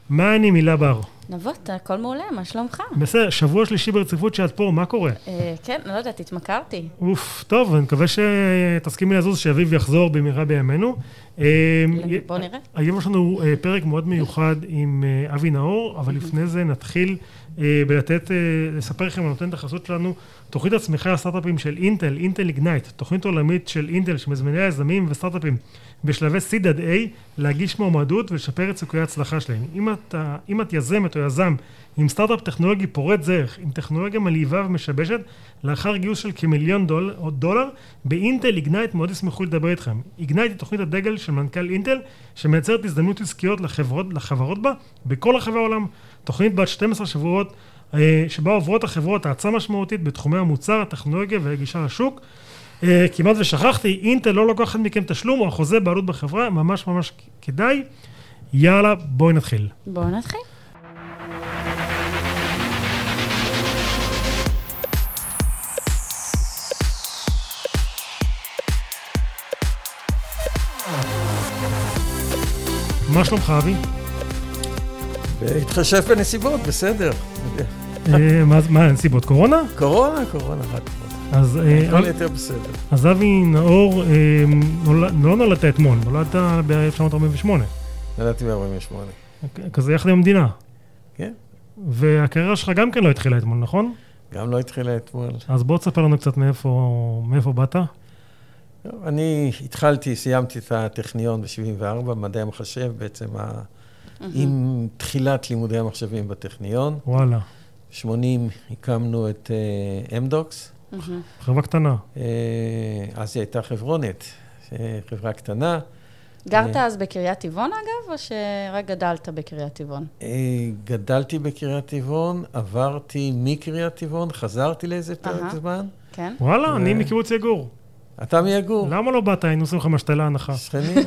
מה אני מילה בר? נבות, הכל מעולה, מה שלומך? בסדר, שבוע שלישי ברציפות שאת פה, מה קורה? כן, לא יודעת, התמכרתי. אוף, טוב, אני מקווה שתסכימי לזוז, שאביב יחזור במהרה בימינו. בוא נראה. היום יש לנו פרק מאוד מיוחד עם אבי נאור, אבל לפני זה נתחיל לספר לכם, נותן את החסות שלנו, תוכנית הצמיחה לסטארט-אפים של אינטל, אינטל איגנייט, תוכנית עולמית של אינטל שמזמינה יזמים וסטארט-אפים בשלבי C עד A, להגיש מועמדות ולשפר את סיכויי ההצלחה שלהם. אם את יזמת או יזם עם סטארט-אפ טכנולוגי פורט דרך, עם טכנולוגיה מלהיבה ומשבשת, לאחר גיוס של $1,000,000, באינטל איגנייט מאוד ישמחו לדבר איתכם. איגנייט היא תוכנית הדגל של מנכ"ל אינטל, שמייצרת הזדמנות עסקיות לחברות בה, בכל רחבי העולם. תוכנית בת 12 שבועות, שבה עוברות החברות האצה משמעותית בתחומי המוצר, הטכנולוגיה והגישה לשוק. כמעט ושכחתי, אינטל לא לוקחת מכם תשלום או החוזה בעלות בחברה, ממש ממש כדאי. יאללה, בואי נתחיל. בואו נתחיל. מה שלומך, אבי? התחשב בנסיבות, בסדר. מה, נסיבות? קורונה? קורונה, רק. אז הכל יותר בסדר. אז אבי נאור לא נולדת אתמול, נולדת ב-1948. נולדתי ב-48. כזה יחד עם המדינה. כן. והקריירה שלך גם כן לא התחילה אתמול, נכון? גם לא התחילה אתמול. אז בוא תספר לנו קצת מאיפה באת. אני סיימתי את הטכניון ב-74, מדעי המחשב, בעצם עם תחילת לימודי המחשבים בטכניון. וואלה. ב-80 הקמנו את אמדוקס. חברה קטנה. אז היא הייתה חברונת, חברה קטנה. גרת אז בקריית טבעון אגב, או שרק גדלת בקריית טבעון? גדלתי בקריית טבעון, עברתי מקריית טבעון, חזרתי לאיזה פרק זמן. כן. וואלה, אני מקיבוץ יגור. אתה מיגור. למה לא באת? היינו עושים לך משתלה הנחה. שכנים.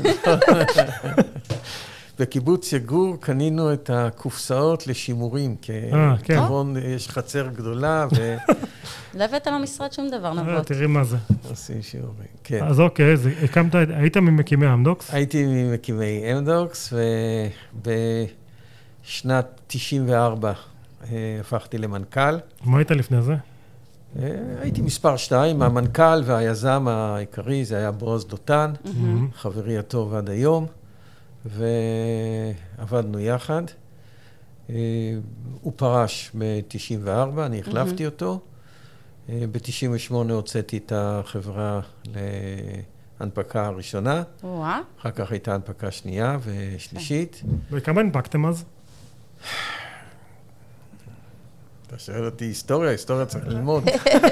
בקיבוץ יגור קנינו את הקופסאות לשימורים, כי טבעון יש חצר גדולה לא הבאת למשרד שום דבר, נבות. תראי מה זה. עושים שיעורים, כן. אז אוקיי, היית ממקימי אמדוקס? הייתי ממקימי אמדוקס, ובשנת 94 הפכתי למנכ"ל. מה היית לפני זה? הייתי מספר 2, המנכ"ל והיזם העיקרי, זה היה בועז דותן, חברי הטוב עד היום, ועבדנו יחד. הוא פרש ב-94, אני החלפתי אותו. ב-98 הוצאתי את החברה להנפקה הראשונה. אחר כך הייתה הנפקה שנייה ושלישית. וכמה הנפקתם אז? אתה שואל אותי היסטוריה צריך ללמוד.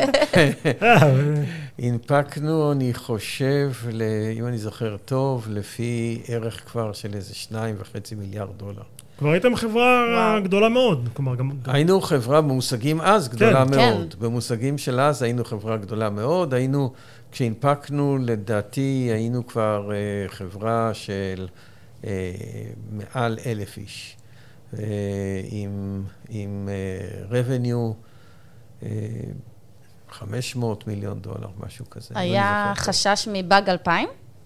הנפקנו, אני חושב, אם אני זוכר טוב, לפי ערך כבר של איזה $2.5 מיליארד. כבר הייתם חברה גדולה מאוד. היינו חברה במושגים אז גדולה מאוד. במושגים של אז היינו חברה גדולה מאוד. כשהנפקנו, לדעתי, היינו כבר חברה של מעל 1,000 איש. עם revenue $500 מיליון, משהו כזה. היה חשש מבאג 2000?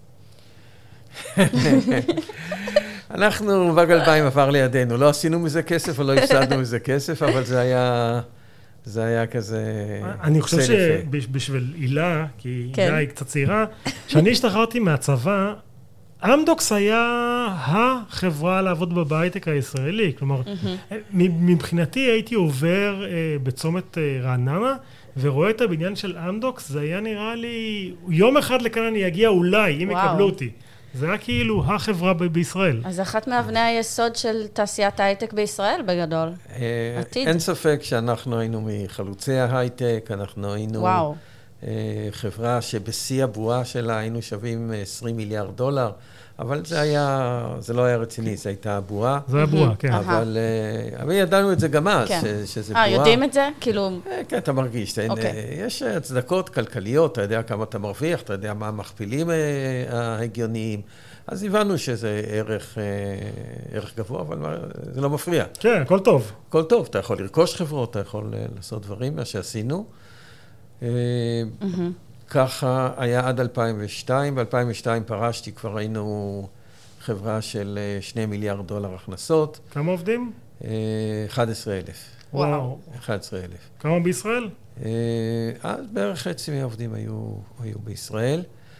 אנחנו, באג 2000 עבר לידינו. לא עשינו מזה כסף או לא הפסדנו מזה כסף, אבל זה היה כזה... אני חושב שבשביל הילה, כי הילה היא קצת צעירה, כשאני השתחררתי מהצבא, אמדוקס היה החברה לעבוד בהייטק הישראלי. כלומר, מבחינתי הייתי עובר בצומת רעננה, ורואה את הבניין של אמדוקס, זה היה נראה לי, יום אחד לכאן אני אגיע אולי, אם יקבלו אותי. זה היה כאילו החברה בישראל. אז אחת מאבני היסוד של תעשיית ההייטק בישראל בגדול. עתיד. אין ספק שאנחנו היינו מחלוצי ההייטק, אנחנו היינו חברה שבשיא הבועה שלה היינו שווים $20 מיליארד, אבל זה לא היה רציני, זה הייתה בועה. זה היה בועה, כן. אבל ידענו את זה גם אז, שזה בועה. יודעים את זה? כאילו... כן, אתה מרגיש. יש הצדקות כלכליות, אתה יודע כמה אתה מרוויח, אתה יודע מה המכפילים ההגיוניים. אז הבנו שזה ערך גבוה, אבל זה לא מפריע. כן, הכל טוב. הכל טוב, אתה יכול לרכוש חברות, אתה יכול לעשות דברים, מה שעשינו. ככה היה עד 2002, ב-2002 פרשתי, כבר היינו חברה של $2 מיליארד הכנסות. כמה עובדים? 11,000. וואו. 11,000. כמה בישראל? אז בערך חצי מהעובדים היו בישראל.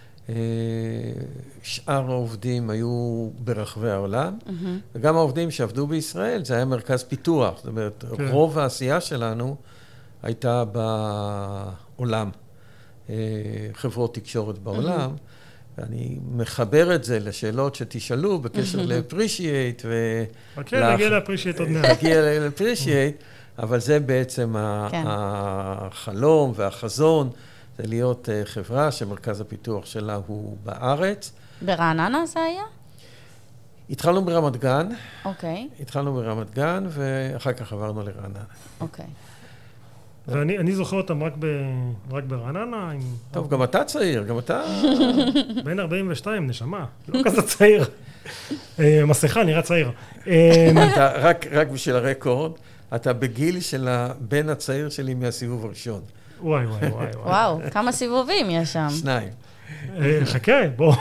שאר העובדים היו ברחבי העולם, וגם העובדים שעבדו בישראל, זה היה מרכז פיתוח. זאת אומרת, רוב העשייה שלנו הייתה בעולם. חברות תקשורת בעולם. אני מחבר את זה לשאלות שתשאלו בקשר ל-appreciate נגיע ל-appreciate עוד מעט. נגיע ל-appreciate, אבל זה בעצם החלום והחזון, זה להיות חברה שמרכז הפיתוח שלה הוא בארץ. ברעננה זה היה? התחלנו ברמת גן. אוקיי. התחלנו ברמת גן, ואחר כך עברנו לרעננה. אוקיי. ואני זוכר אותם רק ברעננה. טוב, גם אתה צעיר, גם אתה... בין 42, נשמה, לא כזה צעיר. מסכה, נראה צעיר. רק בשביל הרקורד, אתה בגיל של הבן הצעיר שלי מהסיבוב הראשון. וואי. וואו, כמה סיבובים יש שם? 2. חכה, בוא.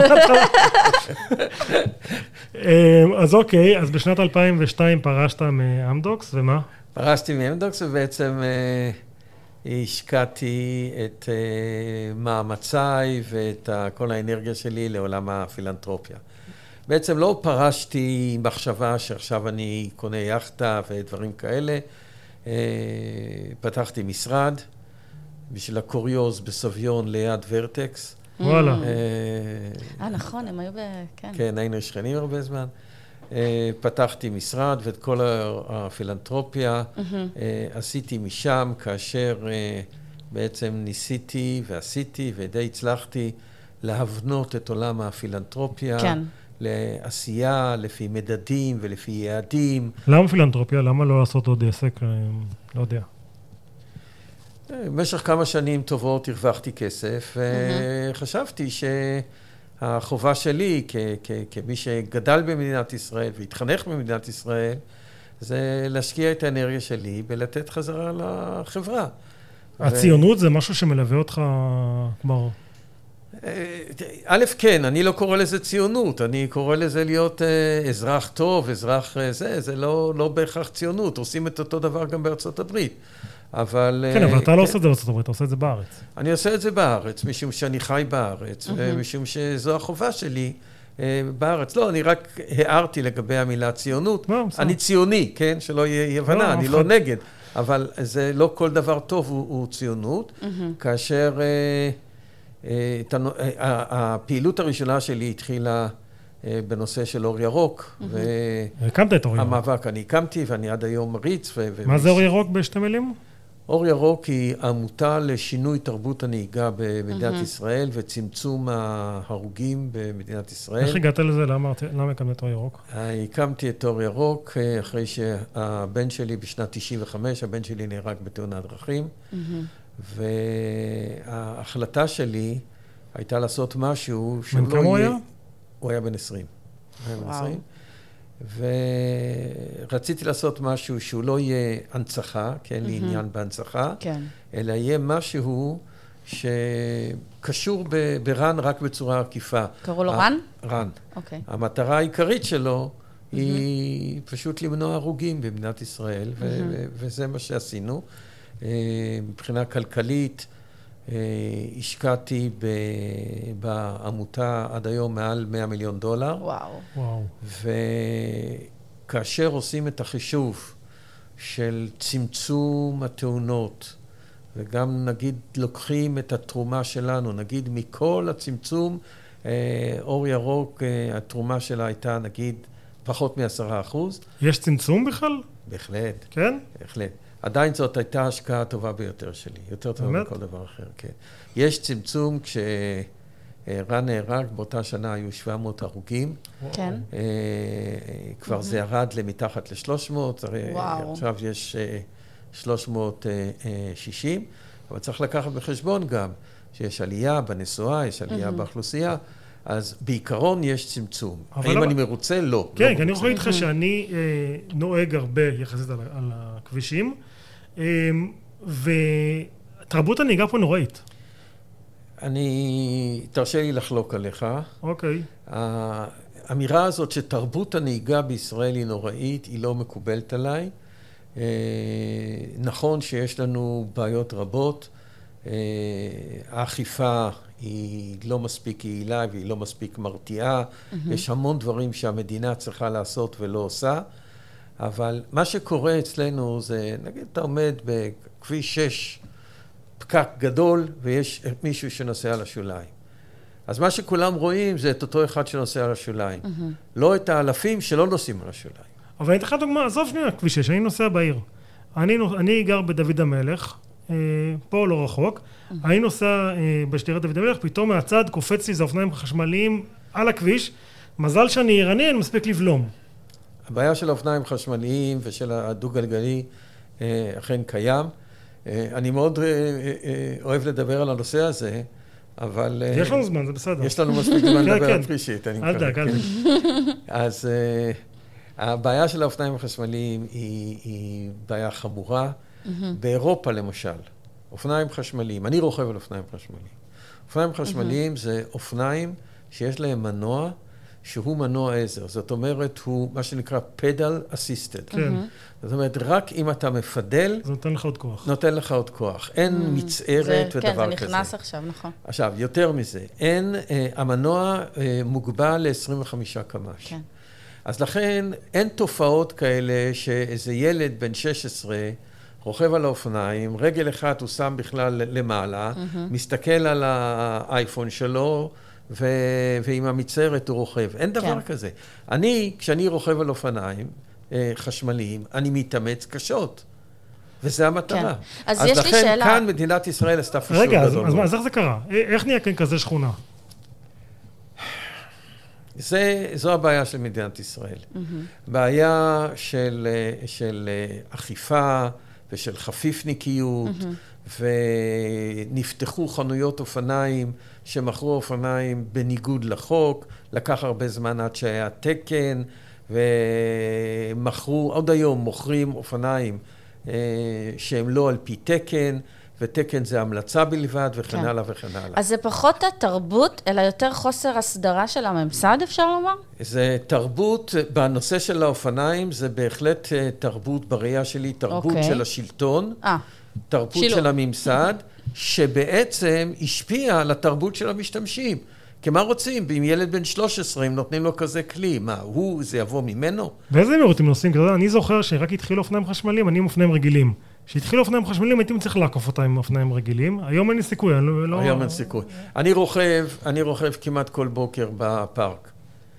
אז אוקיי, אז בשנת 2002 פרשת מאמדוקס, ומה? פרשתי מאמדוקס, ובעצם השקעתי את מאמציי ואת כל האנרגיה שלי לעולם הפילנתרופיה. בעצם לא פרשתי מחשבה שעכשיו אני קונה יחטה ודברים כאלה. פתחתי משרד בשביל הקוריוז בסביון ליד ורטקס. וואלה. נכון, הם היו כן, היינו שכנים הרבה זמן. פתחתי משרד ואת כל הפילנתרופיה עשיתי משם, כאשר בעצם ניסיתי ועשיתי ודי הצלחתי להבנות את עולם הפילנתרופיה. כן. לעשייה, לפי מדדים ולפי יעדים. למה פילנתרופיה? למה לא לעשות עוד עסק? לא יודע. במשך כמה שנים טובות הרווחתי כסף, וחשבתי שהחובה שלי כמי שגדל במדינת ישראל והתחנך במדינת ישראל, זה להשקיע את האנרגיה שלי ולתת חזרה לחברה. הציונות זה משהו שמלווה אותך כבר... א', כן, אני לא קורא לזה ציונות, אני קורא לזה להיות אזרח טוב, אזרח זה לא בהכרח ציונות, עושים את אותו דבר גם בארצות הברית, אבל... כן, אבל אתה לא עושה את זה בארצות הברית, אתה עושה את זה בארץ. אני עושה את זה בארץ, משום שאני חי בארץ, ומשום שזו החובה שלי בארץ. לא, אני רק הערתי לגבי המילה ציונות, אני ציוני, כן, שלא יהיה הבנה, אני לא נגד, אבל זה לא כל דבר טוב הוא ציונות, כאשר... הפעילות הראשונה שלי התחילה בנושא של אור ירוק. הקמת את אור ירוק. המאבק, אני הקמתי ואני עד היום מריץ. מה זה אור ירוק בשתי מילים? אור ירוק היא עמותה לשינוי תרבות הנהיגה במדינת ישראל וצמצום ההרוגים במדינת ישראל. איך הגעת לזה? למה הקמת את אור ירוק? הקמתי את אור ירוק אחרי שהבן שלי בשנת 95, הבן שלי נהרג בתאונת דרכים. וההחלטה שלי הייתה לעשות משהו שהוא לא יהיה... בן כמה הוא היה? הוא היה בן 20. ורציתי לעשות משהו שהוא לא יהיה הנצחה, כן, לעניין בהנצחה, אלא יהיה משהו שקשור ברן רק בצורה עקיפה. קראו לו רן? רן. אוקיי. המטרה העיקרית שלו היא פשוט למנוע הרוגים במדינת ישראל, וזה מה שעשינו. מבחינה כלכלית, השקעתי בעמותה עד היום מעל $100 מיליון. וואו. וכאשר עושים את החישוב של צמצום התאונות, וגם נגיד לוקחים את התרומה שלנו, נגיד מכל הצמצום, אור ירוק, התרומה שלה הייתה נגיד פחות מ10%. יש צמצום בכלל? בהחלט. כן? בהחלט. עדיין זאת הייתה ההשקעה הטובה ביותר שלי, יותר טובה מכל דבר אחר, כן. יש צמצום כשרן נהרג, באותה שנה היו 700 הרוגים. כן. כבר זה ירד למתחת ל-300, עכשיו יש 360, אבל צריך לקחת בחשבון גם שיש עלייה בנסועה, יש עלייה באוכלוסייה, אז בעיקרון יש צמצום. האם אני מרוצה? לא. כן, אני יכול להגיד לך שאני נוהג הרבה יחסית על הכבישים, ותרבות הנהיגה פה נוראית. תרשה לי לחלוק עליך. אוקיי. האמירה הזאת שתרבות הנהיגה בישראל היא נוראית, היא לא מקובלת עליי. נכון שיש לנו בעיות רבות, האכיפה היא לא מספיק יעילה והיא לא מספיק מרתיעה, יש המון דברים שהמדינה צריכה לעשות ולא עושה, אבל מה שקורה אצלנו זה, נגיד אתה עומד בכביש 6, פקק גדול ויש מישהו שנוסע על השוליים. אז מה שכולם רואים זה את אותו אחד שנוסע על השוליים, לא את האלפים שלא נוסעים על השוליים. אבל אני אתן לך דוגמה, עזוב שנייה, כביש 6, אני נוסע בעיר. אני גר בדוד המלך, פה לא רחוק, אני נוסע בשדרת דוד המלך, פתאום מהצד קופץ לי זה אופניים חשמליים על הכביש, מזל שאני עירני, אני מספיק לבלום. הבעיה של האופניים חשמליים ושל הדו-גלגלי אכן קיים. אני מאוד אוהב לדבר על הנושא הזה, אבל... יש לנו זמן, זה בסדר. יש לנו מספיק זמן לדבר על פרישית, אני מקווה. אל דאג. אז הבעיה של האופניים החשמליים היא בעיה חמורה. באירופה למשל, אופניים חשמליים, אני רוכב על אופניים חשמליים. אופניים חשמליים זה אופניים שיש להם מנוע, שהוא מנוע עזר. זאת אומרת, הוא מה שנקרא pedal assisted. כן. זאת אומרת, רק אם אתה מפדל... זה נותן לך עוד כוח. נותן לך עוד כוח. אין מצערת ודבר כזה. כן, זה נכנס עכשיו, נכון. עכשיו, יותר מזה, המנוע מוגבל ל-25 קמ"ש. כן. אז לכן, אין תופעות כאלה שאיזה ילד בן 16 רוכב על האופניים, רגל אחת הוא שם בכלל למעלה, מסתכל על האייפון שלו, ועם המצערת הוא רוכב. אין דבר כזה. כשאני רוכב על אופניים חשמליים, אני מתאמץ קשות. וזה המטרה. אז יש לי שאלה. אז לכן כאן מדינת ישראל עשתה פישור גדול. רגע, אז איך זה קרה? איך נהיה כאן כזה שכונה? זו הבעיה של מדינת ישראל. בעיה של אכיפה ושל חפיפניקיות, ונפתחו חנויות אופניים שמכרו אופניים בניגוד לחוק, לקח הרבה זמן עד שהיה תקן, ומכרו, עוד היום מוכרים אופניים שהם לא על פי תקן, ותקן זה המלצה בלבד, וכן הלאה וכן הלאה. אז זה פחות התרבות, אלא יותר חוסר הסדרה של הממסד, אפשר לומר? זה תרבות, בנושא של האופניים, זה בהחלט תרבות בראייה שלי, תרבות של השלטון, תרבות של הממסד, שבעצם השפיע על התרבות של המשתמשים. כי מה רוצים? אם ילד בן 13, אם נותנים לו כזה כלי, מה, זה יבוא ממנו? באיזה מהירות הם נוסעים כזה? אני זוכר שרק התחילו אופניים חשמליים, אני עם אופניים רגילים. כשהתחילו אופניים חשמליים, הייתי צריך לעקוף אותם עם אופניים רגילים. היום אין לי סיכוי, היום אין סיכוי. אני רוכב כמעט כל בוקר בפארק.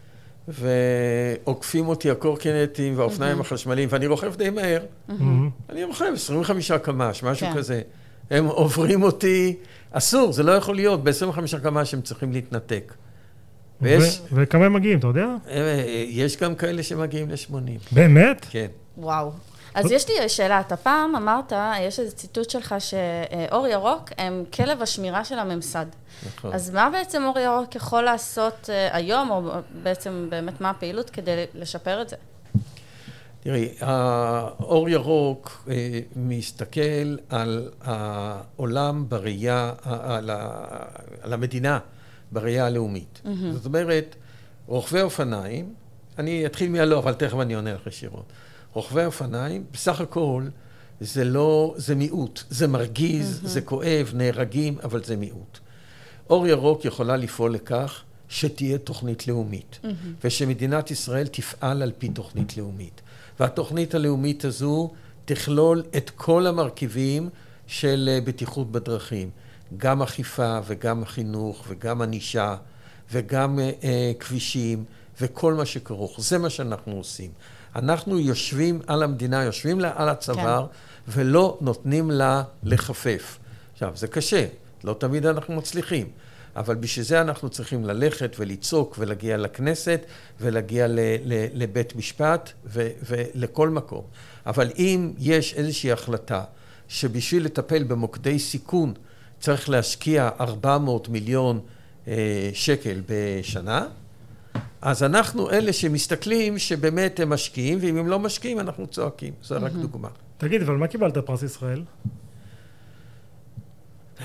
ועוקפים אותי הקורקינטים והאופניים החשמליים, ואני רוכב די מהר. אני רוכב 25 קמ"ש, משהו כזה. הם עוברים אותי, אסור, זה לא יכול להיות, ב-25 קמ"ש הם צריכים להתנתק. וכמה הם מגיעים, אתה יודע? יש גם כאלה שמגיעים ל-80. באמת? כן. וואו. אז יש לי שאלה, אתה פעם אמרת, יש איזה ציטוט שלך שאור ירוק הם כלב השמירה של הממסד. נכון. אז מה בעצם אור ירוק יכול לעשות היום, או בעצם באמת מה הפעילות כדי לשפר את זה? תראי, האור ירוק מסתכל על העולם בראייה, על המדינה בראייה הלאומית. זאת אומרת, רוכבי אופניים, אני אתחיל מהלא, אבל תכף אני עונה לך ישירות. רוכבי אופניים, בסך הכל, זה מיעוט, זה מרגיז, זה כואב, נהרגים, אבל זה מיעוט. אור ירוק יכולה לפעול לכך שתהיה תוכנית לאומית, ושמדינת ישראל תפעל על פי תוכנית לאומית. והתוכנית הלאומית הזו תכלול את כל המרכיבים של בטיחות בדרכים, גם אכיפה וגם חינוך וגם ענישה וגם כבישים וכל מה שכרוך. זה מה שאנחנו עושים. אנחנו יושבים על המדינה, יושבים לה על הצוואר, ולא נותנים לה לחפף. עכשיו, זה קשה, לא תמיד אנחנו מצליחים, אבל בשביל זה אנחנו צריכים ללכת ולצעוק ולהגיע לכנסת, ולהגיע לבית משפט ולכל מקום. אבל אם יש איזושהי החלטה שבשביל לטפל במוקדי סיכון צריך להשקיע 400 מיליון שקל בשנה, אז אנחנו אלה שמסתכלים שבאמת הם משקיעים, ואם הם לא משקיעים אנחנו צועקים. זו רק דוגמה. תגיד, אבל מה קיבלת פרס ישראל?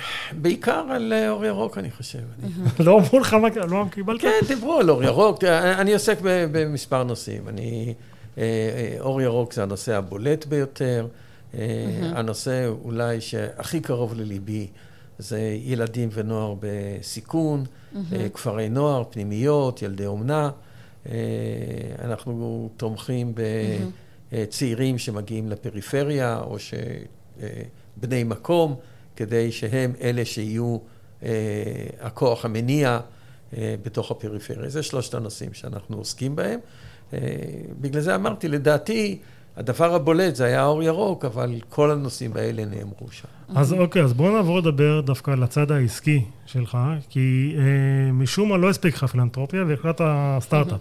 בעיקר על אור ירוק, אני חושב. לא אמרו לך מה, לא קיבלת? כן, דיברו על אור ירוק. אני עוסק במספר נושאים. אור ירוק זה הנושא הבולט ביותר. הנושא אולי שהכי קרוב לליבי זה ילדים ונוער בסיכון, כפרי נוער, פנימיות, ילדי אומנה. אנחנו תומכים בצעירים שמגיעים לפריפריה, או שבני מקום, כדי שהם אלה שיהיו הכוח המניע בתוך הפריפריה. זה שלושת הנושאים שאנחנו עוסקים בהם. בגלל זה אמרתי, לדעתי, הדבר הבולט זה היה אור ירוק, אבל כל הנושאים האלה נאמרו שם. אז אוקיי, אז בואו נעבור לדבר דווקא על הצד העסקי שלך, כי משום מה לא הספיק לך פילנתרופיה והחלטת סטארט-אפ.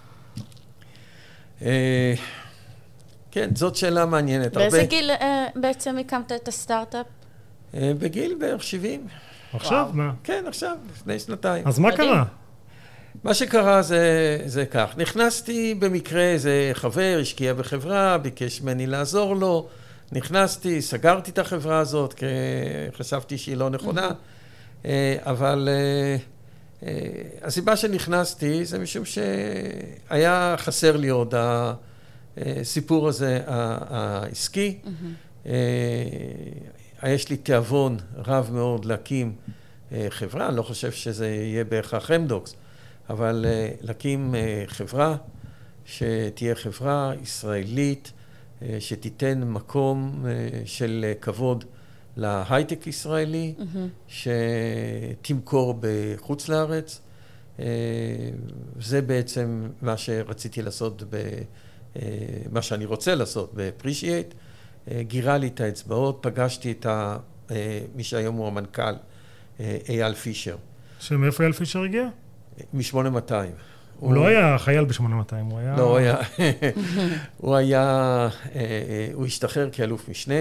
כן, זאת שאלה מעניינת. באיזה גיל בעצם הקמת את הסטארט-אפ? בגיל בערך 70. עכשיו? מה? כן, עכשיו, לפני שנתיים. אז מה קרה? מה שקרה זה כך. נכנסתי במקרה, איזה חבר, השקיע בחברה, ביקש ממני לעזור לו. נכנסתי, סגרתי את החברה הזאת, כי חשבתי שהיא לא נכונה. אבל הסיבה שנכנסתי זה משום שהיה חסר לי עוד הסיפור הזה העסקי. יש לי תיאבון רב מאוד להקים חברה, אני לא חושב שזה יהיה בהכרח אמדוקס, אבל להקים חברה שתהיה חברה ישראלית, שתיתן מקום של כבוד להייטק ישראלי, שתמכור בחוץ לארץ. זה בעצם מה שרציתי לעשות, מה שאני רוצה לעשות ב-Appreciate. גירה לי את האצבעות, פגשתי את מי שהיום הוא המנכ"ל, אייל פישר. שמאיפה אייל פישר הגיע? מ-8200. הוא לא היה חייל ב-8200, הוא היה... לא, הוא השתחרר כאלוף משנה.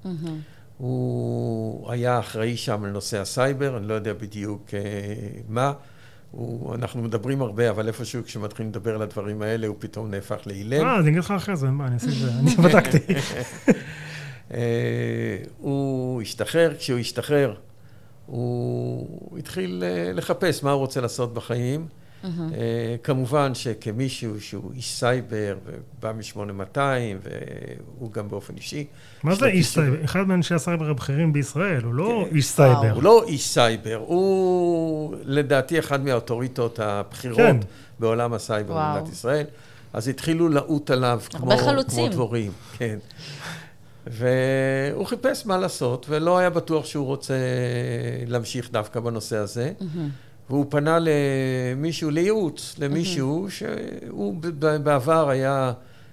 הוא היה אחראי שם על נושא הסייבר, אני לא יודע בדיוק מה. אנחנו מדברים הרבה, אבל איפשהו כשמתחילים לדבר על הדברים האלה, הוא פתאום נהפך לאילם. אני אגיד לך אחרי זה, מה, אני אעשה את זה, אני בדקתי. הוא השתחרר, כשהוא השתחרר, הוא התחיל לחפש מה הוא רוצה לעשות בחיים. כמובן שכמישהו שהוא איש סייבר, ובא מ-8200, והוא גם באופן אישי. מה זה איש סייבר? אחד מאנשי הסייבר הבכירים בישראל, הוא לא איש סייבר. הוא לא איש סייבר, הוא לדעתי אחד מהאוטוריטות הבכירות בעולם הסייבר במדינת ישראל. אז התחילו לעוט עליו כמו דבורים. כן. והוא חיפש מה לעשות, ולא היה בטוח שהוא רוצה להמשיך דווקא בנושא הזה. והוא פנה למישהו, לייעוץ, למישהו שהוא בעבר היה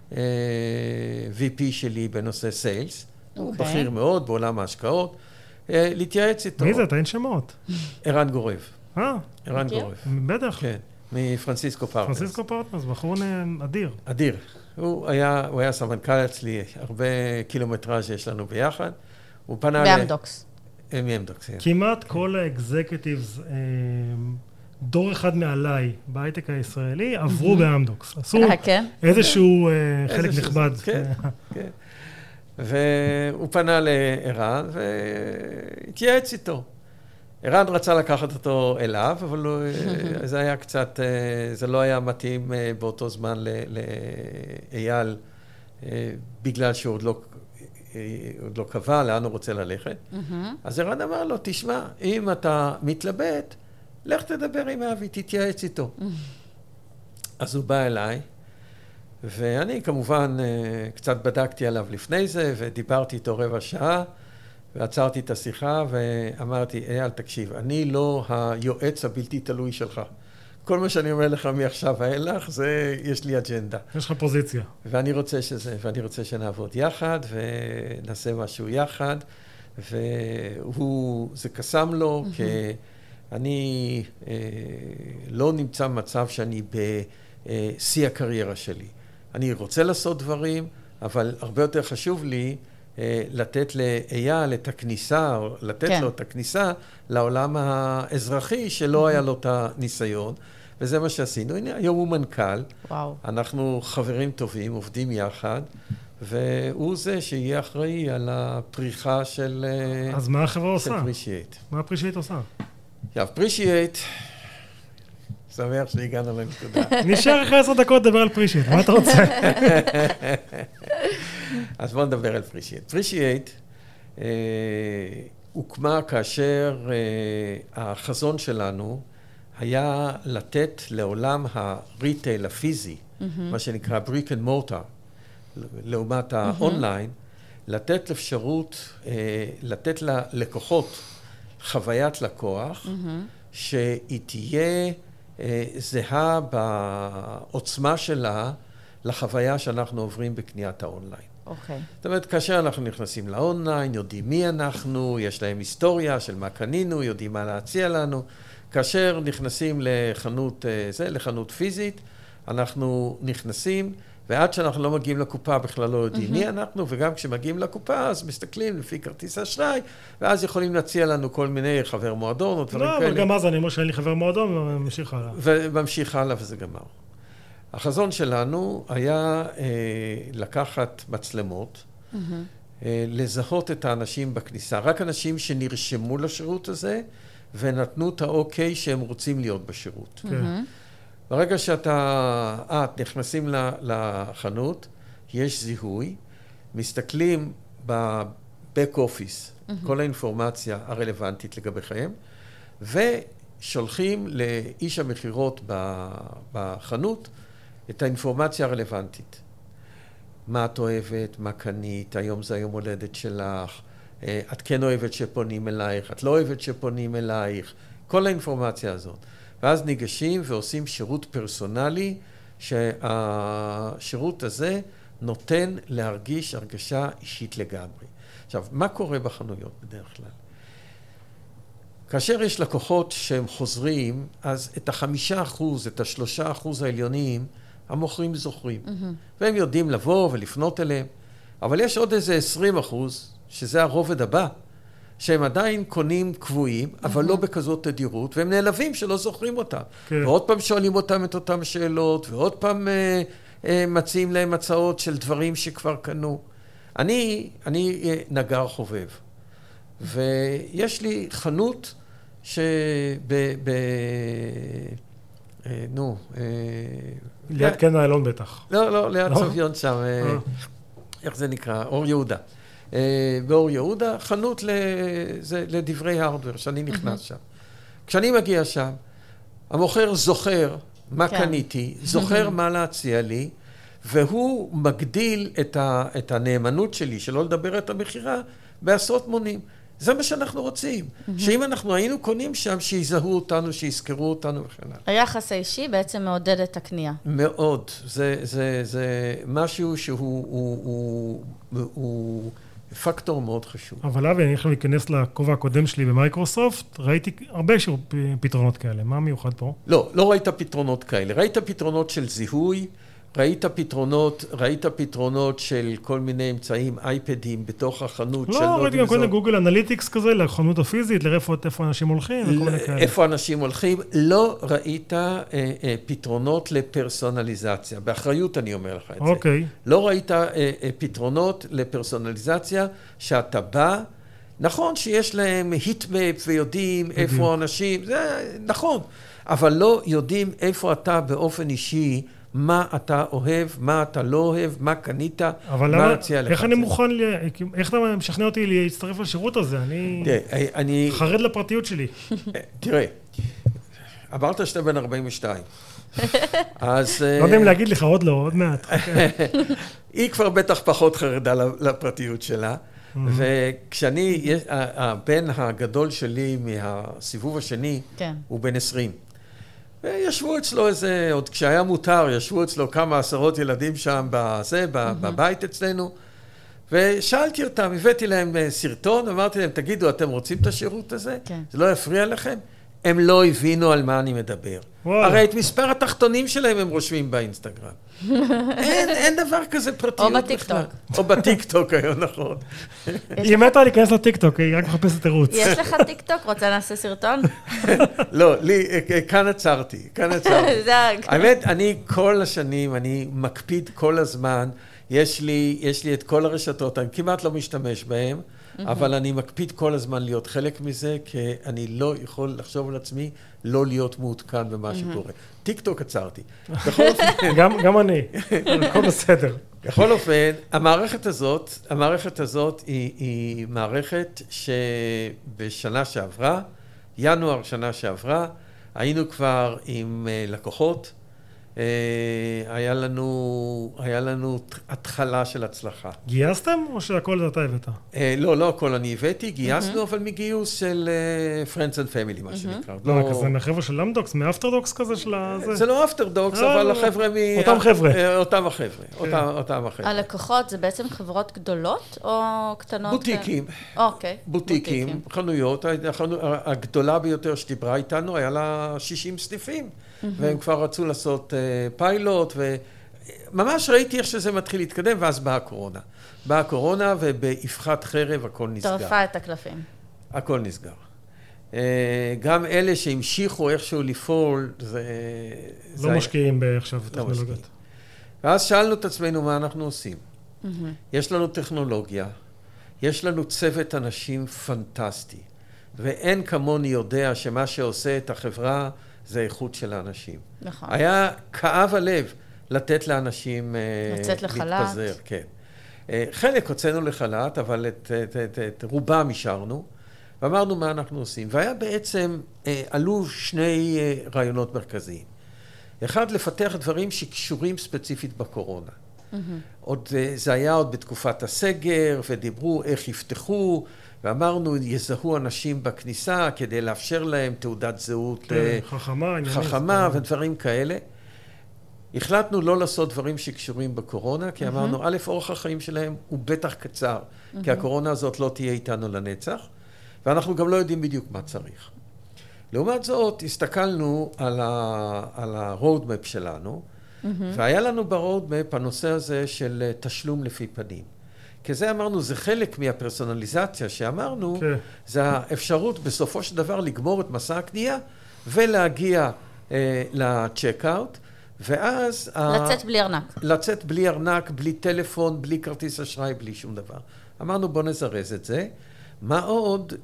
VP שלי בנושא סיילס. הוא בכיר מאוד בעולם ההשקעות. להתייעץ איתו. מי זה? תן שמות. ערן גורב. ערן גורב. בטח. כן, מפרנסיסקו פרטנרס. פרנסיסקו פרטנרס, בחור אדיר. אדיר. הוא היה סמנכ"ל אצלי, הרבה קילומטראז' יש לנו ביחד. הוא פנה באמדוקס. מאמדוקס, כן. כמעט כל האקזקטיבס, דור אחד מעליי בהייטק הישראלי, עברו באמדוקס. עשו איזשהו חלק נכבד. כן, כן. והוא פנה לערן והתייעץ איתו. ערן רצה לקחת אותו אליו, אבל זה היה קצת, זה לא היה מתאים באותו זמן לאייל, בגלל שהוא עוד לא קבע לאן הוא רוצה ללכת. אז ערן אמר לו, תשמע, אם אתה מתלבט, לך תדבר עם אבי, תתייעץ איתו. אז הוא בא אליי, ואני כמובן קצת בדקתי עליו לפני זה, ודיברתי איתו רבע שעה, ועצרתי את השיחה ואמרתי, אייל, תקשיב, אני לא היועץ הבלתי תלוי שלך. כל מה שאני אומר לך מעכשיו ואילך, זה, יש לי אג'נדה. יש לך פוזיציה. ואני רוצה שנעבוד יחד, ונעשה משהו יחד, זה קסם לו, כי אני לא נמצא במצב שאני בשיא הקריירה שלי. אני רוצה לעשות דברים, אבל הרבה יותר חשוב לי, לתת לאייל את הכניסה, או לתת לו את הכניסה לעולם האזרחי שלא היה לו את הניסיון, וזה מה שעשינו. הנה, היום הוא מנכ"ל, אנחנו חברים טובים, עובדים יחד, והוא זה שיהיה אחראי על הפריחה של... אז מה החברה עושה? Appreciate. מה Appreciate עושה? Appreciate, שמח שהגענו לנקודה. נשאר אחרי 10 דקות לדבר על Appreciate, מה אתה רוצה? אז בואו נדבר על Appreciate. Appreciate הוקמה כאשר החזון שלנו היה לתת לעולם הריטייל הפיזי, מה שנקרא brick and mortar, לעומת האונליין, לתת אפשרות, לתת ללקוחות חוויית לקוח, שהיא תהיה זהה בעוצמה שלה לחוויה שאנחנו עוברים בקניית האונליין. אוקיי. זאת אומרת, כאשר אנחנו נכנסים לאונליין, יודעים מי אנחנו, יש להם היסטוריה של מה קנינו, יודעים מה להציע לנו. כאשר נכנסים לחנות פיזית, אנחנו נכנסים, ועד שאנחנו לא מגיעים לקופה בכלל לא יודעים מי אנחנו, וגם כשמגיעים לקופה אז מסתכלים לפי כרטיס אשראי, ואז יכולים להציע לנו כל מיני חבר מועדון או דברים כאלה. לא, אבל גם אז אני אומר שאין לי חבר מועדון וממשיך הלאה. וממשיך הלאה וזה גמר. החזון שלנו היה לקחת מצלמות, לזהות את האנשים בכניסה, רק אנשים שנרשמו לשירות הזה, ונתנו את האוקיי שהם רוצים להיות בשירות. ברגע נכנסים לחנות, יש זיהוי, מסתכלים בבק אופיס, כל האינפורמציה הרלוונטית לגביכם, ושולחים לאיש המחירות בחנות את האינפורמציה הרלוונטית. מה את אוהבת, מה קנית, היום זה היום הולדת שלך, את כן אוהבת שפונים אלייך, את לא אוהבת שפונים אלייך, כל האינפורמציה הזאת. ואז ניגשים ועושים שירות פרסונלי, שהשירות הזה נותן להרגיש הרגשה אישית לגמרי. עכשיו, מה קורה בחנויות בדרך כלל? כאשר יש לקוחות שהם חוזרים, אז את 5%, את 3% העליונים, המוכרים זוכרים. והם יודעים לבוא ולפנות אליהם. אבל יש עוד איזה 20%, שזה הרובד הבא, שהם עדיין קונים קבועים, אבל לא בכזאת תדירות, והם נעלבים שלא זוכרים אותם. ועוד פעם שואלים אותם את אותם שאלות, ועוד פעם מציעים להם הצעות של דברים שכבר קנו. אני נגר חובב, ויש לי חנות ליד קן איילון בטח. לא, ליד סביון שם. איך זה נקרא? אור יהודה. באור יהודה, חנות לדברי הרדוור, שאני נכנס שם. כשאני מגיע שם, המוכר זוכר מה קניתי, זוכר מה להציע לי, והוא מגדיל את הנאמנות שלי, שלא לדבר את המחירה, בעשרות מונים. זה מה שאנחנו רוצים. שאם אנחנו היינו קונים שם, שיזהו אותנו, שיזכרו אותנו וכן הלאה. היחס האישי בעצם מעודד את הקנייה. מאוד. זה משהו שהוא פקטור מאוד חשוב. אבל אבי, אני יכול להיכנס לכובע הקודם שלי במייקרוסופט, ראיתי הרבה פתרונות כאלה. מה מיוחד פה? לא ראית פתרונות כאלה. ראית פתרונות של זיהוי, ראית פתרונות של כל מיני אמצעים, אייפדים בתוך החנות. לא, ראיתי גם כל מיני גוגל אנליטיקס כזה, לחנות הפיזית, לראות איפה אנשים הולכים וכל מיני כאלה. איפה אנשים הולכים. לא ראית פתרונות לפרסונליזציה. באחריות אני אומר לך את זה. אוקיי. לא ראית פתרונות לפרסונליזציה שאתה בא, נכון שיש להם היטמפ ויודעים איפה אנשים, זה נכון, אבל לא יודעים איפה אתה באופן אישי, מה אתה אוהב, מה אתה לא אוהב, מה קנית, מה להציע לך. איך אני מוכן, איך אתה משכנע אותי להצטרף לשירות הזה? אני חרד לפרטיות שלי. תראה, אמרת שאתה בן 42. אז... לא יודעים להגיד לך עוד לא, עוד מעט. היא כבר בטח פחות חרדה לפרטיות שלה, וכשאני, הבן הגדול שלי מהסיבוב השני, הוא בן 20. וישבו אצלו עוד כשהיה מותר, ישבו אצלו כמה עשרות ילדים שם בבית אצלנו, ושאלתי אותם, הבאתי להם סרטון, אמרתי להם, תגידו, אתם רוצים את השירות הזה? זה לא יפריע לכם? הם לא הבינו על מה אני מדבר. הרי את מספר התחתונים שלהם הם רושמים באינסטגרם. אין דבר כזה פרטיות. או בטיקטוק. או בטיקטוק היום, נכון. היא מתה להיכנס לטיקטוק, היא רק מחפשת תירוץ. יש לך טיקטוק? רוצה לעשות סרטון? לא, כאן עצרתי. האמת, אני כל השנים, אני מקפיד כל הזמן, יש לי את כל הרשתות, אני כמעט לא משתמש בהן, אבל אני מקפיד כל הזמן להיות חלק מזה, כי אני לא יכול לחשוב על עצמי לא להיות מעודכן במה שקורה. טיק טוק עצרתי. גם אני, הכל בסדר. בכל אופן, המערכת הזאת היא מערכת שבשנה שעברה, ינואר שנה שעברה, היינו כבר עם לקוחות, היה לנו התחלה של הצלחה. גייסתם או שהכל אתה הבאת? לא הכל אני הבאתי, גייסנו, אבל מגיוס של Friends and Family, מה שנקרא. לא, כזה מהחבר'ה של למדוקס, מאפטרדוקס כזה של הזה? זה לא אפטרדוקס, אבל החבר'ה אותם חבר'ה. אותם החבר'ה. הלקוחות זה בעצם חברות גדולות או קטנות? בוטיקים. אוקיי. בוטיקים, חנויות. הגדולה ביותר שדיברה איתנו, היה לה 60 סניפים. והם כבר רצו לעשות פיילוט, וממש ראיתי איך שזה מתחיל להתקדם, ואז באה הקורונה, ובאבחת חרב הכל נסגר. טרפה את הקלפים. הכל נסגר. גם אלה שהמשיכו איכשהו לפעול, לא משקיעים עכשיו טכנולוגיות. ואז שאלנו את עצמנו מה אנחנו עושים. יש לנו טכנולוגיה, יש לנו צוות אנשים פנטסטי, ואין כמוני יודע שמה שעושה את החברה, זה איכות של האנשים. נכון. היה כאב הלב לתת לאנשים לצאת לחל"ת. להתפזר, כן. חלק הוצאנו לחל"ת, אבל את רובם השארנו, ואמרנו מה אנחנו עושים. והיה בעצם, עלו שני רעיונות מרכזיים. אחד, לפתח דברים שקשורים ספציפית בקורונה. זה היה עוד בתקופת הסגר, ודיברו איך יפתחו, ואמרנו, יזהו אנשים בכניסה כדי לאפשר להם תעודת זהות חכמה ודברים כאלה. החלטנו לא לעשות דברים שקשורים בקורונה, כי אמרנו, א', אורח החיים שלהם הוא בטח קצר, כי הקורונה הזאת לא תהיה איתנו לנצח, ואנחנו גם לא יודעים בדיוק מה צריך. לעומת זאת, הסתכלנו על הרודמפ שלנו, והיה לנו ברודמפ הנושא הזה של תשלום לפי פנים. כי זה אמרנו, זה חלק מהפרסונליזציה שאמרנו, זה האפשרות בסופו של דבר לגמור את מסע הקנייה ולהגיע לצ'ק-אוט, ואז... לצאת בלי ארנק. לצאת בלי ארנק, בלי טלפון, בלי כרטיס אשראי, בלי שום דבר. אמרנו, בוא נזרז את זה. מה עוד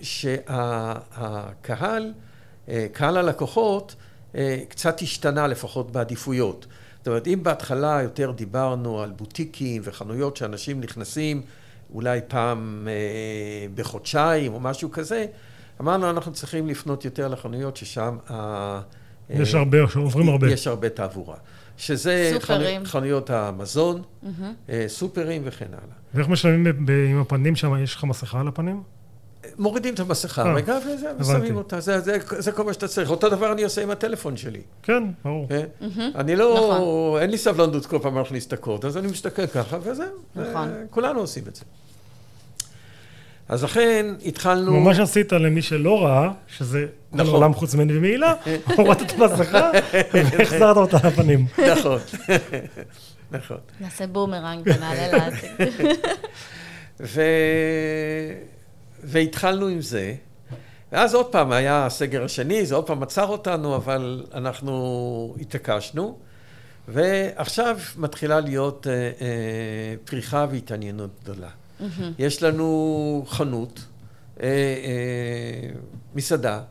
שהקהל, קהל הלקוחות, קצת השתנה לפחות בעדיפויות. זאת אומרת, אם בהתחלה יותר דיברנו על בוטיקים וחנויות שאנשים נכנסים אולי פעם בחודשיים או משהו כזה, אמרנו, אנחנו צריכים לפנות יותר לחנויות ששם... יש הרבה, שעוברים הרבה. יש הרבה תעבורה. שזה חנויות המזון, סופרים וכן הלאה. ואיך משלמים עם הפנים שם? יש לך מסכה על הפנים? מורידים את המסכה, רגע, ושמים אותה. זה כל מה שאתה צריך. אותו דבר אני עושה עם הטלפון שלי. כן, ברור. אני לא... אין לי סבלנות כל פעם להכניס את הקוד, אז אני מסתכל ככה, וזהו. כולנו עושים את זה. אז לכן התחלנו... ממש עשית למי שלא ראה, שזה כל עולם חוץ ממני ומעילה, הורדת את המסכה, והחזרת אותה לפנים. נכון. נכון. נעשה בומרנג ונעלה לעתיד. והתחלנו עם זה, ואז עוד פעם היה הסגר השני, זה עוד פעם עצר אותנו, אבל אנחנו התעקשנו, ועכשיו מתחילה להיות פריחה והתעניינות גדולה. יש לנו חנות, מסעדה,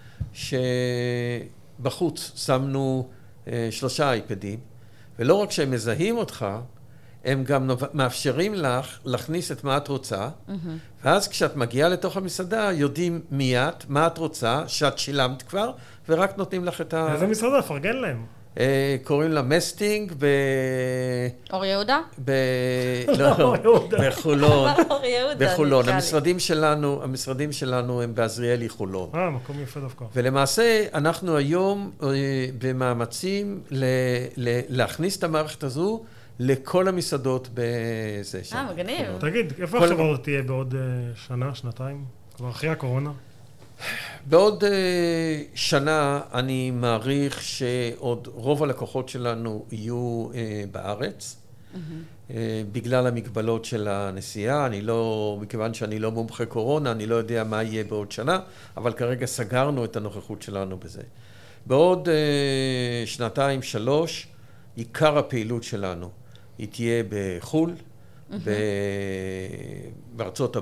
שבחוץ שמנו 3 אייפדים, ולא רק שהם מזהים אותך, הם גם מאפשרים לך להכניס את מה את רוצה, ואז כשאת מגיעה לתוך המסעדה, יודעים מיד מה את רוצה, שאת שילמת כבר, ורק נותנים לך את ה... איזה מסעדה? פרגן להם. קוראים לה מסטינג אור יהודה? לא, בחולון. אור יהודה. בחולון. המשרדים שלנו הם בעזריאלי חולון. מקום יפה דווקא. ולמעשה אנחנו היום במאמצים להכניס את המערכת הזו לכל המסעדות בזה שם. מגניב. תגיד, איפה החברה תהיה בעוד שנה, שנתיים? כבר אחרי הקורונה? בעוד שנה אני מעריך שעוד רוב הלקוחות שלנו יהיו בארץ, בגלל המגבלות של הנסיעה. מכיוון שאני לא מומחה קורונה, אני לא יודע מה יהיה בעוד שנה, אבל כרגע סגרנו את הנוכחות שלנו בזה. בעוד 2-3, עיקר הפעילות שלנו היא תהיה בחול, בארצות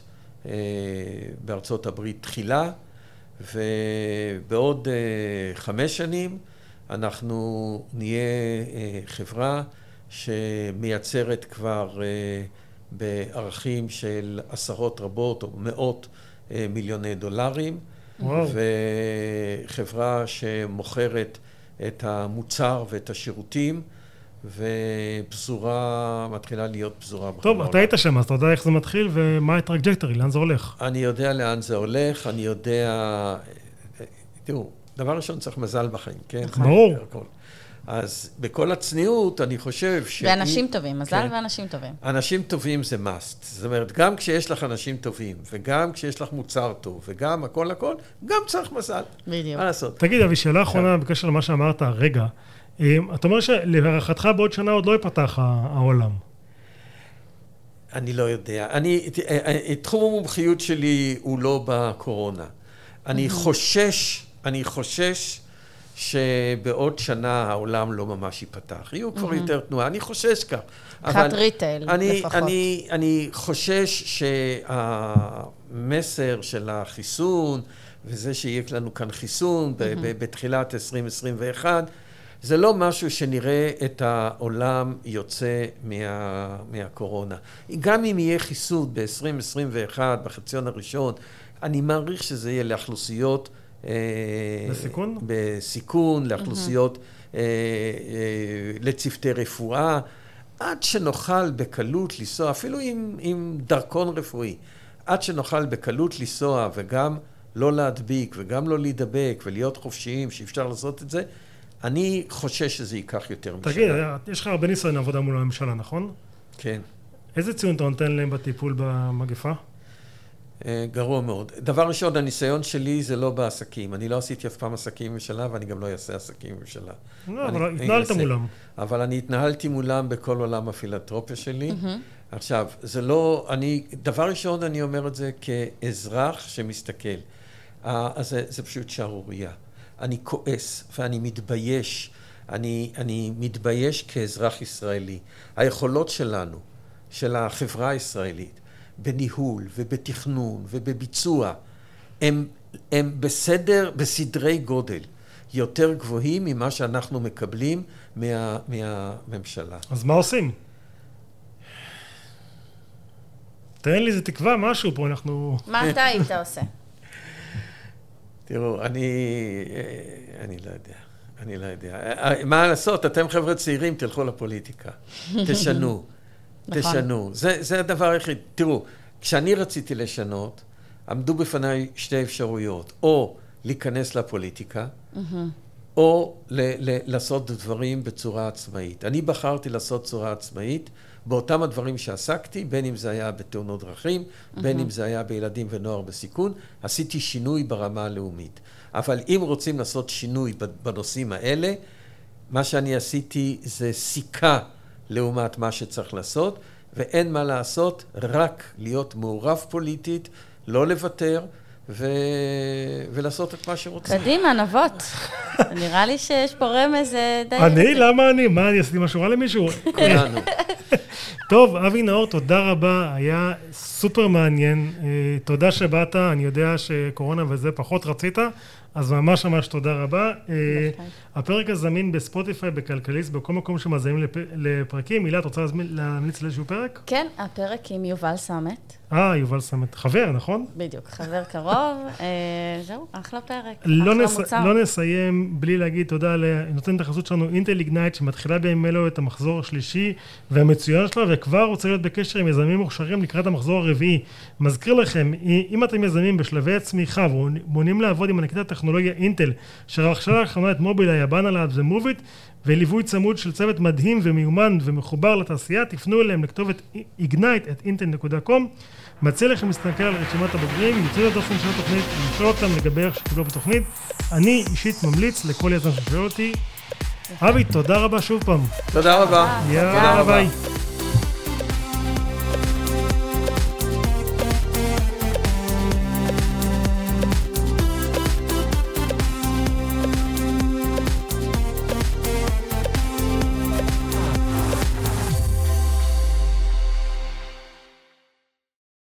הברית תחילה, ובעוד 5 שנים אנחנו נהיה חברה שמייצרת כבר בערכים של עשרות רבות או מאות מיליוני דולרים, וחברה שמוכרת את המוצר ואת השירותים, ופזורה מתחילה להיות פזורה. טוב, אתה היית שם, אז אתה יודע איך זה מתחיל ומה הטראג'קטורי, לאן זה הולך? אני יודע לאן זה הולך, אני יודע... תראו, דבר ראשון צריך מזל בחיים, כן? ברור. אז בכל הצניעות אני חושב ש... ואנשים טובים, מזל ואנשים טובים. אנשים טובים זה must. זאת אומרת, גם כשיש לך אנשים טובים, וגם כשיש לך מוצר טוב, וגם הכל, גם צריך מזל. בדיוק. מה לעשות? תגיד, אבי, שאלה אחרונה בקשר למה שאמרת הרגע. אתה אומר שלהערכתך בעוד שנה עוד לא ייפתח העולם. אני לא יודע. תחום המומחיות שלי הוא לא בקורונה. אני חושש שבעוד שנה העולם לא ממש ייפתח. יהיו כבר יותר תנועה. אני חושש כך. קאט ריטייל, לפחות. אני חושש שהמסר של החיסון, וזה שיהיה לנו כאן חיסון בתחילת 2021, זה לא משהו שנראה את העולם יוצא מהקורונה. גם אם יהיה חיסון ב-2021, בחציון הראשון, אני מעריך שזה יהיה לאוכלוסיות... בסיכון, לאוכלוסיות, לצוותי רפואה, עד שנוכל בקלות לנסוע, אפילו עם דרכון רפואי, עד שנוכל בקלות לנסוע וגם לא להדביק וגם לא להידבק ולהיות חופשיים שאפשר לעשות את זה, אני חושש שזה ייקח יותר משנה. תגיד, יש לך הרבה ניסיון עבודה מול הממשלה, נכון? כן. איזה ציון אתה נותן להם בטיפול במגפה? גרוע מאוד. דבר ראשון, הניסיון שלי זה לא בעסקים. אני לא עשיתי אף פעם עסקים בממשלה, ואני גם לא אעשה עסקים בממשלה. לא, אבל התנהלת מולם. אבל אני התנהלתי מולם בכל עולם הפילנתרופיה שלי. עכשיו, זה לא... דבר ראשון, אני אומר את זה כאזרח שמסתכל. אז זה פשוט שערורייה. אני כועס ואני מתבייש. אני מתבייש כאזרח ישראלי. היכולות שלנו, של החברה הישראלית, בניהול ובתכנון ובביצוע, הם בסדרי גודל יותר גבוהים ממה שאנחנו מקבלים מהממשלה. אז מה עושים? תן לי איזה תקווה, משהו פה, אנחנו... מה אתה היית עושה? תראו, אני לא יודע. מה לעשות? אתם חבר'ה צעירים, תלכו לפוליטיקה. תשנו. תשנו. זה הדבר היחיד. תראו, כשאני רציתי לשנות, עמדו בפניי 2 אפשרויות. או להיכנס לפוליטיקה, או לעשות דברים בצורה עצמאית. אני בחרתי לעשות צורה עצמאית, באותם הדברים שעסקתי, בין אם זה היה בתאונות דרכים, בין אם זה היה בילדים ונוער בסיכון, עשיתי שינוי ברמה הלאומית. אבל אם רוצים לעשות שינוי בנושאים האלה, מה שאני עשיתי זה סיכה לעומת מה שצריך לעשות, ואין מה לעשות, רק להיות מעורב פוליטית, לא לוותר, ולעשות את מה שרוצים. קדימה, נבות. נראה לי שיש פה רמז די... אני? למה אני? מה, אני עשיתי משהו רע למישהו? כולנו. טוב, אבי נאור, תודה רבה, היה סופר מעניין. תודה שבאת, אני יודע שקורונה וזה פחות רצית, אז ממש ממש תודה רבה. הפרק הזה זמין בספוטיפיי, בכלכליסט, בכל מקום שמזמינים לפרקים. מילה, את רוצה להמליץ לאיזשהו פרק? כן, הפרק עם יובל סמט. יובל סמט. חבר, נכון? בדיוק, חבר קרוב. זהו, אחלה פרק. לא נסיים בלי להגיד תודה לנותן את החסות שלנו, אינטל איגנייט, שמתחילה בימים אלו את המחזור השלישי והמצוין שלה, וכבר רוצה להיות בקשר עם יזמים מוכשרים לקראת המחזור הרביעי. מזכיר לכם, אם אתם יזמים בשלבי צמיחה ומעוניינים לעבוד עם ענקית הטכנולוגיה אינטל, שרכשה לאחרונה את מובילאיי, הבאנה לאב ומוביט, וליווי צמוד של צוות מדהים ומיומן ומחובר לתעשייה, תפנו אליהם לכתובת ignite@intel.com. מציע לכם להסתכל על רשימת הבוגרים, יצאו את האופן של התוכנית, ולשאול אותם לגבי איך שקיבלו בתוכנית. אני אישית ממליץ לכל יזם ששואל אותי. אבי, תודה רבה שוב פעם. תודה רבה. יאללה, ביי.